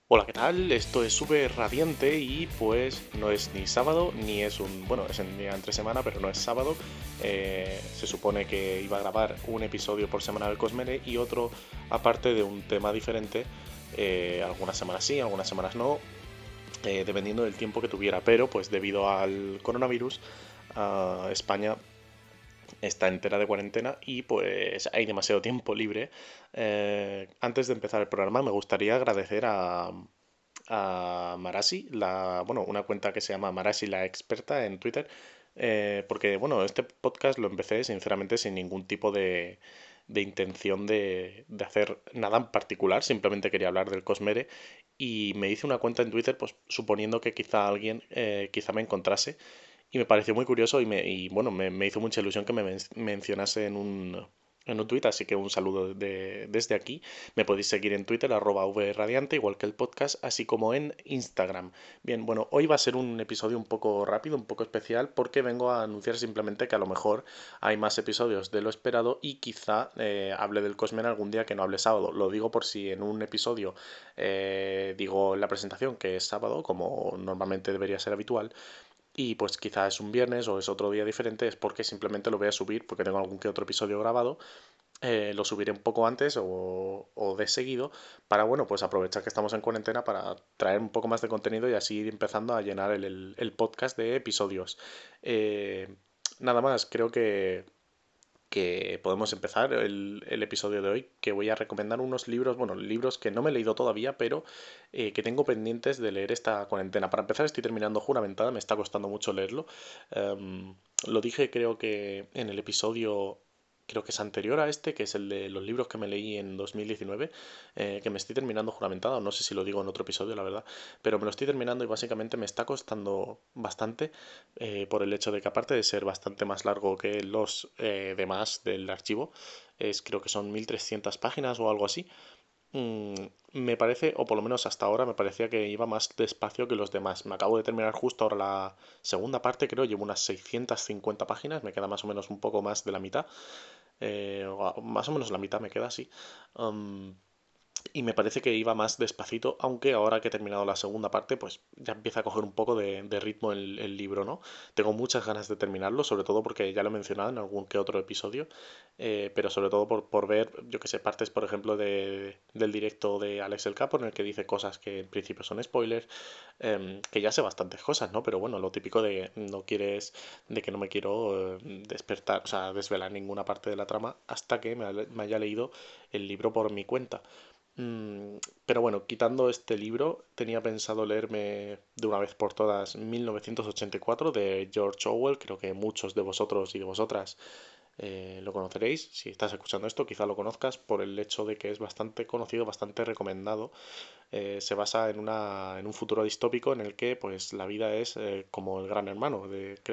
Hola, ¿qué tal? Esto es súper radiante y pues no es ni sábado ni es bueno, es en día entre semana, pero no es sábado. Se supone que iba a grabar un episodio por semana del Cosmere y otro aparte de un tema diferente. Algunas semanas sí, algunas semanas no, dependiendo del tiempo que tuviera. Pero pues debido al coronavirus, España está entera de cuarentena y pues hay demasiado tiempo libre. Antes de empezar el programa me gustaría agradecer a Marasi, bueno, una cuenta que se llama Marasi la experta en Twitter, porque bueno, este podcast lo empecé sinceramente sin ningún tipo de intención de hacer nada en particular, simplemente quería hablar del Cosmere y me hice una cuenta en Twitter pues suponiendo que quizá alguien quizá me encontrase y me pareció muy curioso y bueno, me hizo mucha ilusión que mencionase en un tuit, así que un saludo desde aquí. Me podéis seguir en Twitter, @vradiante, igual que el podcast, así como en Instagram. Bien, bueno, hoy va a ser un episodio un poco rápido, un poco especial, porque vengo a anunciar simplemente que a lo mejor hay más episodios de lo esperado y quizá hable del Cosmen algún día que no hable sábado. Lo digo por si en un episodio digo en la presentación que es sábado, como normalmente debería ser habitual, y pues quizá es un viernes o es otro día diferente, es porque simplemente lo voy a subir porque tengo algún que otro episodio grabado. Lo subiré un poco antes o de seguido para, bueno, pues aprovechar que estamos en cuarentena para traer un poco más de contenido y así ir empezando a llenar el podcast de episodios. Eh, Nada más, creo que podemos empezar el episodio de hoy, que voy a recomendar unos libros, bueno, libros que no me he leído todavía, pero que tengo pendientes de leer esta cuarentena. Para empezar, estoy terminando Juramentada, me está costando mucho leerlo. Em, lo dije creo que en el episodio, creo que es anterior a este, que es el de los libros que me leí en 2019, que me estoy terminando Juramentada, o no sé si lo digo en otro episodio, la verdad, pero me lo estoy terminando y básicamente me está costando bastante por el hecho de que aparte de ser bastante más largo que los demás del archivo, creo que son 1300 páginas o algo así, mm, me parece, o por lo menos hasta ahora me parecía que iba más despacio que los demás. Me acabo de terminar justo ahora la segunda parte, creo, llevo unas 650 páginas, me queda más o menos un poco más de la mitad, más o menos la mitad me queda así. Y me parece que iba más despacito, aunque ahora que he terminado la segunda parte, pues ya empieza a coger un poco de ritmo el libro, ¿no? Tengo muchas ganas de terminarlo, sobre todo porque ya lo he mencionado en algún que otro episodio, pero sobre todo por ver, yo que sé, partes, por ejemplo, del directo de Alex el Capo, en el que dice cosas que en principio son spoilers, que ya sé bastantes cosas, ¿no? Pero bueno, lo típico de no quieres, de que no me quiero despertar, o sea, desvelar ninguna parte de la trama hasta que me haya leído el libro por mi cuenta. Mm, pero bueno, quitando este libro, tenía pensado leerme de una vez por todas 1984 de George Orwell. Creo que muchos de vosotros y de vosotras lo conoceréis. Si estás escuchando esto, quizá lo conozcas por el hecho de que es bastante conocido, bastante recomendado. Se basa en un futuro distópico en el que pues la vida es como el Gran Hermano.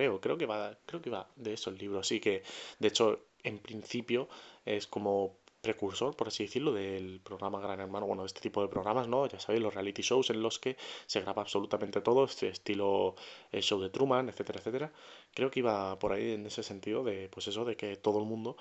Creo que va de eso el libro. Así que, de hecho, en principio es como precursor, por así decirlo, del programa Gran Hermano, bueno, de este tipo de programas, ¿no? Ya sabéis, los reality shows en los que se graba absolutamente todo, este estilo el show de Truman, etcétera, etcétera. Creo que iba por ahí en ese sentido de, pues eso, de que todo el mundo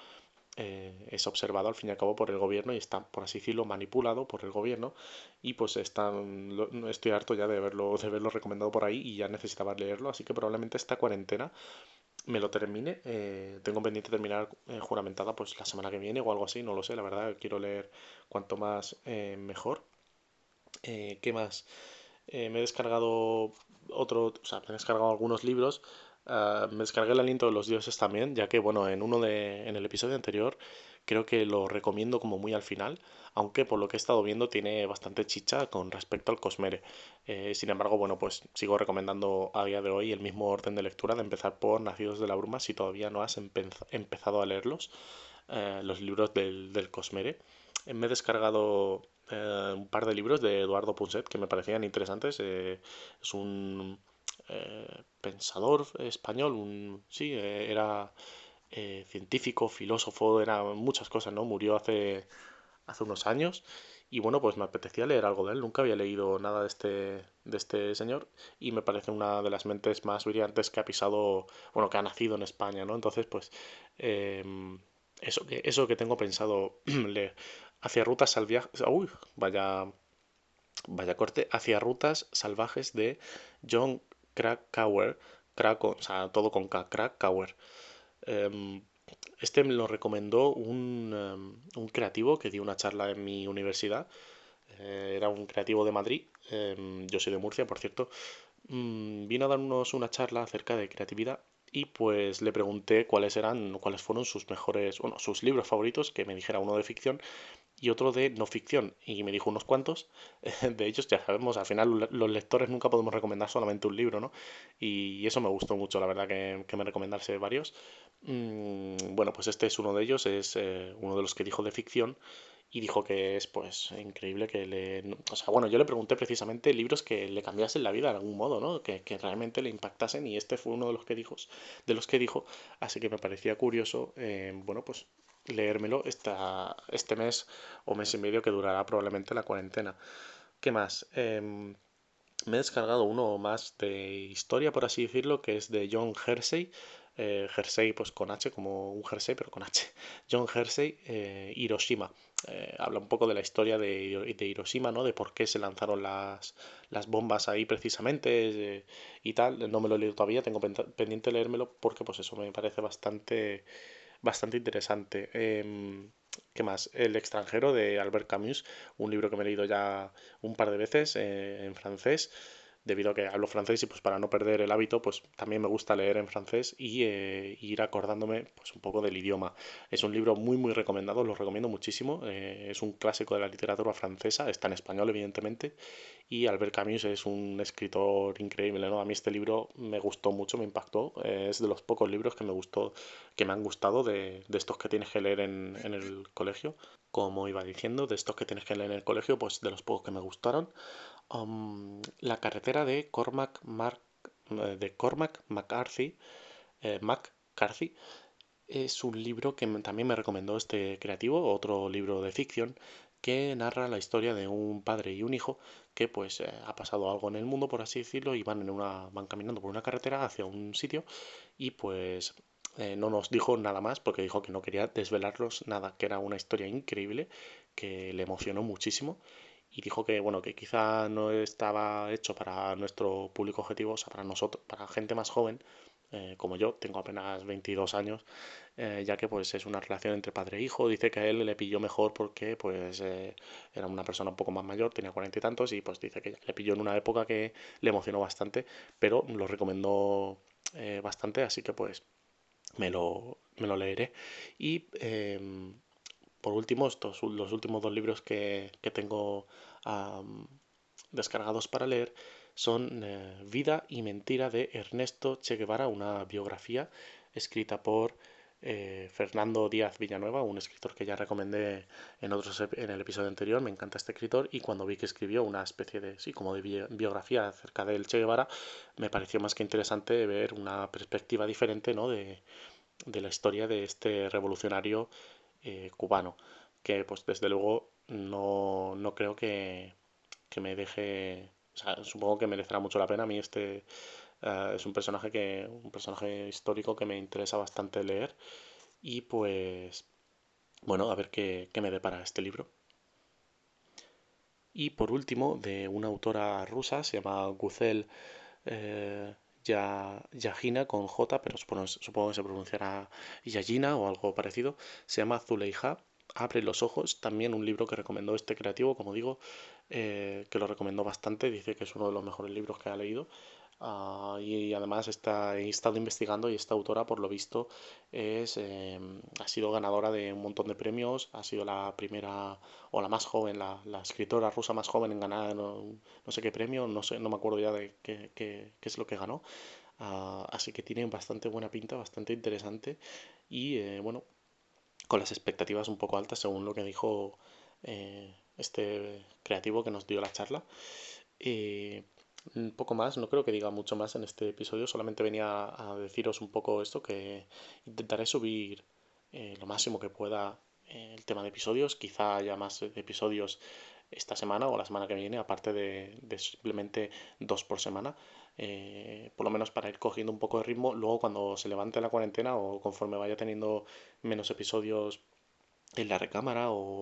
es observado al fin y al cabo por el gobierno y está, por así decirlo, manipulado por el gobierno y pues no estoy harto ya de verlo recomendado por ahí y ya necesitaba leerlo, así que probablemente esta cuarentena me lo termine. Tengo pendiente terminar Juramentada pues la semana que viene o algo así, no lo sé, la verdad quiero leer cuanto más mejor. ¿Qué más? Me he descargado o sea, me he descargado algunos libros. Me descargué El aliento de los dioses también, ya que, bueno, en el episodio anterior creo que lo recomiendo como muy al final, aunque por lo que he estado viendo tiene bastante chicha con respecto al Cosmere. Sin embargo, bueno, pues sigo recomendando a día de hoy el mismo orden de lectura, de empezar por Nacidos de la Bruma si todavía no has empezado a leerlos, los libros del Cosmere. Me he descargado un par de libros de Eduardo Punset que me parecían interesantes. Es un pensador español, sí, era científico, filósofo, era muchas cosas, ¿no? Murió hace unos años y bueno, pues me apetecía leer algo de él. Nunca había leído nada de este señor y me parece una de las mentes más brillantes que ha pisado, bueno, que ha nacido en España, ¿no? Entonces, pues eso que tengo pensado leer. Hacia rutas al viaje. Uy, vaya. vaya corte, hacia rutas salvajes de John Krakauer, o sea, todo con K, Krakauer. Em, este me lo recomendó un creativo que dio una charla en mi universidad. Era un creativo de Madrid. Yo soy de Murcia, por cierto. Vino a darnos una charla acerca de creatividad y pues le pregunté cuáles fueron sus mejores, bueno, sus libros favoritos, que me dijera uno de ficción y otro de no ficción. Y me dijo unos cuantos. De ellos, ya sabemos, al final los lectores nunca podemos recomendar solamente un libro, ¿no? Y eso me gustó mucho, la verdad, que me recomendase varios. Bueno, pues este es uno de ellos, es uno de los que dijo de ficción. Y dijo que es pues increíble que O sea, bueno, yo le pregunté precisamente libros que le cambiasen la vida de algún modo, ¿no? Que realmente le impactasen y este fue uno de los que dijo, así que me parecía curioso, bueno, pues leérmelo este mes o mes y medio que durará probablemente la cuarentena. ¿Qué más? Me he descargado uno más de historia, por así decirlo, que es de John Hersey. Hersey, pues con H, como un jersey, pero con H. John Hersey, Hiroshima. Habla un poco de la historia de Hiroshima, ¿no? De por qué se lanzaron las bombas ahí precisamente y tal. No me lo he leído todavía, tengo pendiente leérmelo porque pues eso me parece bastante interesante. ¿Qué más? El extranjero de Albert Camus, un libro que me he leído ya un par de veces en francés, debido a que hablo francés y pues para no perder el hábito, pues también me gusta leer en francés y ir acordándome pues un poco del idioma. Es un libro muy recomendado, lo recomiendo muchísimo. Es un clásico de la literatura francesa, está en español evidentemente y Albert Camus es un escritor increíble, ¿no? A mí este libro me gustó mucho, me impactó. Es de los pocos libros que me han gustado de estos que tienes que leer en el colegio. Como iba diciendo, de estos que tienes que leer en el colegio, pues de los pocos que me gustaron. La carretera de Cormac McCarthy, McCarthy es un libro que también me recomendó este creativo, otro libro de ficción, que narra la historia de un padre y un hijo que pues ha pasado algo en el mundo, por así decirlo, y van caminando por una carretera hacia un sitio y pues no nos dijo nada más porque dijo que no quería desvelarnos nada, que era una historia increíble que le emocionó muchísimo y dijo que bueno, que quizá no estaba hecho para nuestro público objetivo, o sea, para nosotros, para gente más joven, como yo, tengo apenas 22 años, ya que pues es una relación entre padre e hijo. Dice que a él le pilló mejor porque pues era una persona un poco más mayor, tenía 40 y tantos, y pues dice que le pilló en una época que le emocionó bastante, pero lo recomendó bastante, así que pues me lo leeré. Y por último, los últimos dos libros que tengo descargados para leer son Vida y Mentira de Ernesto Che Guevara, una biografía escrita por Fernando Díaz Villanueva, un escritor que ya recomendé en el episodio anterior. Me encanta este escritor y cuando vi que escribió una especie de, sí, como de biografía acerca del Che Guevara, me pareció más que interesante ver una perspectiva diferente, ¿no? de la historia de este revolucionario cubano, que pues desde luego no creo que me deje, o sea, supongo que merecerá mucho la pena. A mí es un personaje histórico que me interesa bastante leer y pues bueno, a ver qué me depara este libro. Y por último, de una autora rusa, se llama Guzel eh, Yagina con J, pero supongo que se pronunciará Yagina o algo parecido. Se llama Zuleija. Abre los ojos, también un libro que recomendó este creativo, como digo, que lo recomendó bastante, dice que es uno de los mejores libros que ha leído. Y además he estado investigando y esta autora, por lo visto, ha sido ganadora de un montón de premios, ha sido la primera o la más joven, la escritora rusa más joven en ganar no sé qué premio, no sé, no me acuerdo ya de qué es lo que ganó. Así que tiene bastante buena pinta, bastante interesante y bueno, con las expectativas un poco altas según lo que dijo este creativo que nos dio la charla. Un poco más, no creo que diga mucho más en este episodio, solamente venía a deciros un poco esto, que intentaré subir lo máximo que pueda el tema de episodios, quizá haya más episodios esta semana o la semana que viene, aparte de simplemente dos por semana, por lo menos para ir cogiendo un poco de ritmo, luego cuando se levante la cuarentena o conforme vaya teniendo menos episodios en la recámara o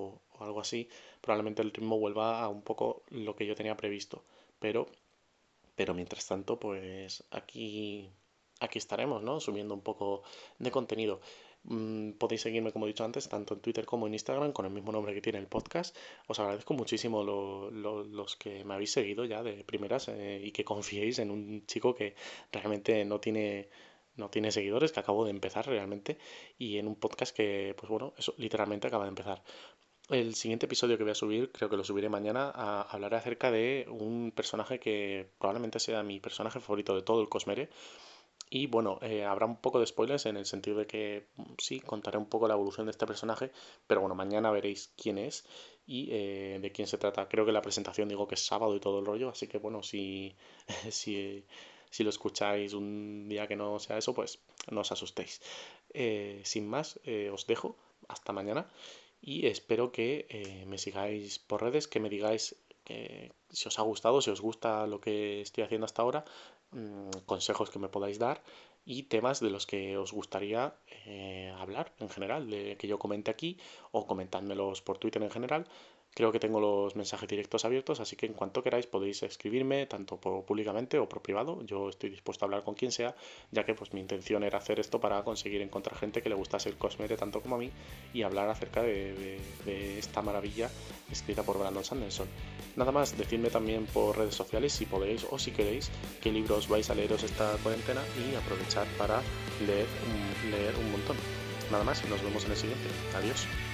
o algo así, probablemente el ritmo vuelva a un poco lo que yo tenía previsto. Pero, pero mientras tanto, pues aquí estaremos, ¿no? Subiendo un poco de contenido. Podéis seguirme, como he dicho antes, tanto en Twitter como en Instagram, con el mismo nombre que tiene el podcast. Os agradezco muchísimo los que me habéis seguido ya de primeras, y que confiéis en un chico que realmente no tiene seguidores, que acabo de empezar realmente, y en un podcast que, pues bueno, eso literalmente acaba de empezar. El siguiente episodio que voy a subir, creo que lo subiré mañana, hablaré acerca de un personaje que probablemente sea mi personaje favorito de todo el Cosmere. Y bueno, habrá un poco de spoilers en el sentido de que sí, contaré un poco la evolución de este personaje, pero bueno, mañana veréis quién es y de quién se trata. Creo que la presentación digo que es sábado y todo el rollo, así que bueno, si, si lo escucháis un día que no sea eso, pues no os asustéis. Sin más, os dejo. Hasta mañana y espero que me sigáis por redes, que me digáis si os ha gustado, si os gusta lo que estoy haciendo hasta ahora, consejos que me podáis dar y temas de los que os gustaría hablar en general, de que yo comente aquí o comentádmelos por Twitter en general. Creo que tengo los mensajes directos abiertos, así que en cuanto queráis podéis escribirme, tanto públicamente o por privado. Yo estoy dispuesto a hablar con quien sea, ya que pues mi intención era hacer esto para conseguir encontrar gente que le gustase el Cosmere tanto como a mí y hablar acerca de esta maravilla escrita por Brandon Sanderson. Nada más, decidme también por redes sociales si podéis o si queréis qué libros vais a leeros esta cuarentena y aprovechar para leer un montón. Nada más, nos vemos en el siguiente. Adiós.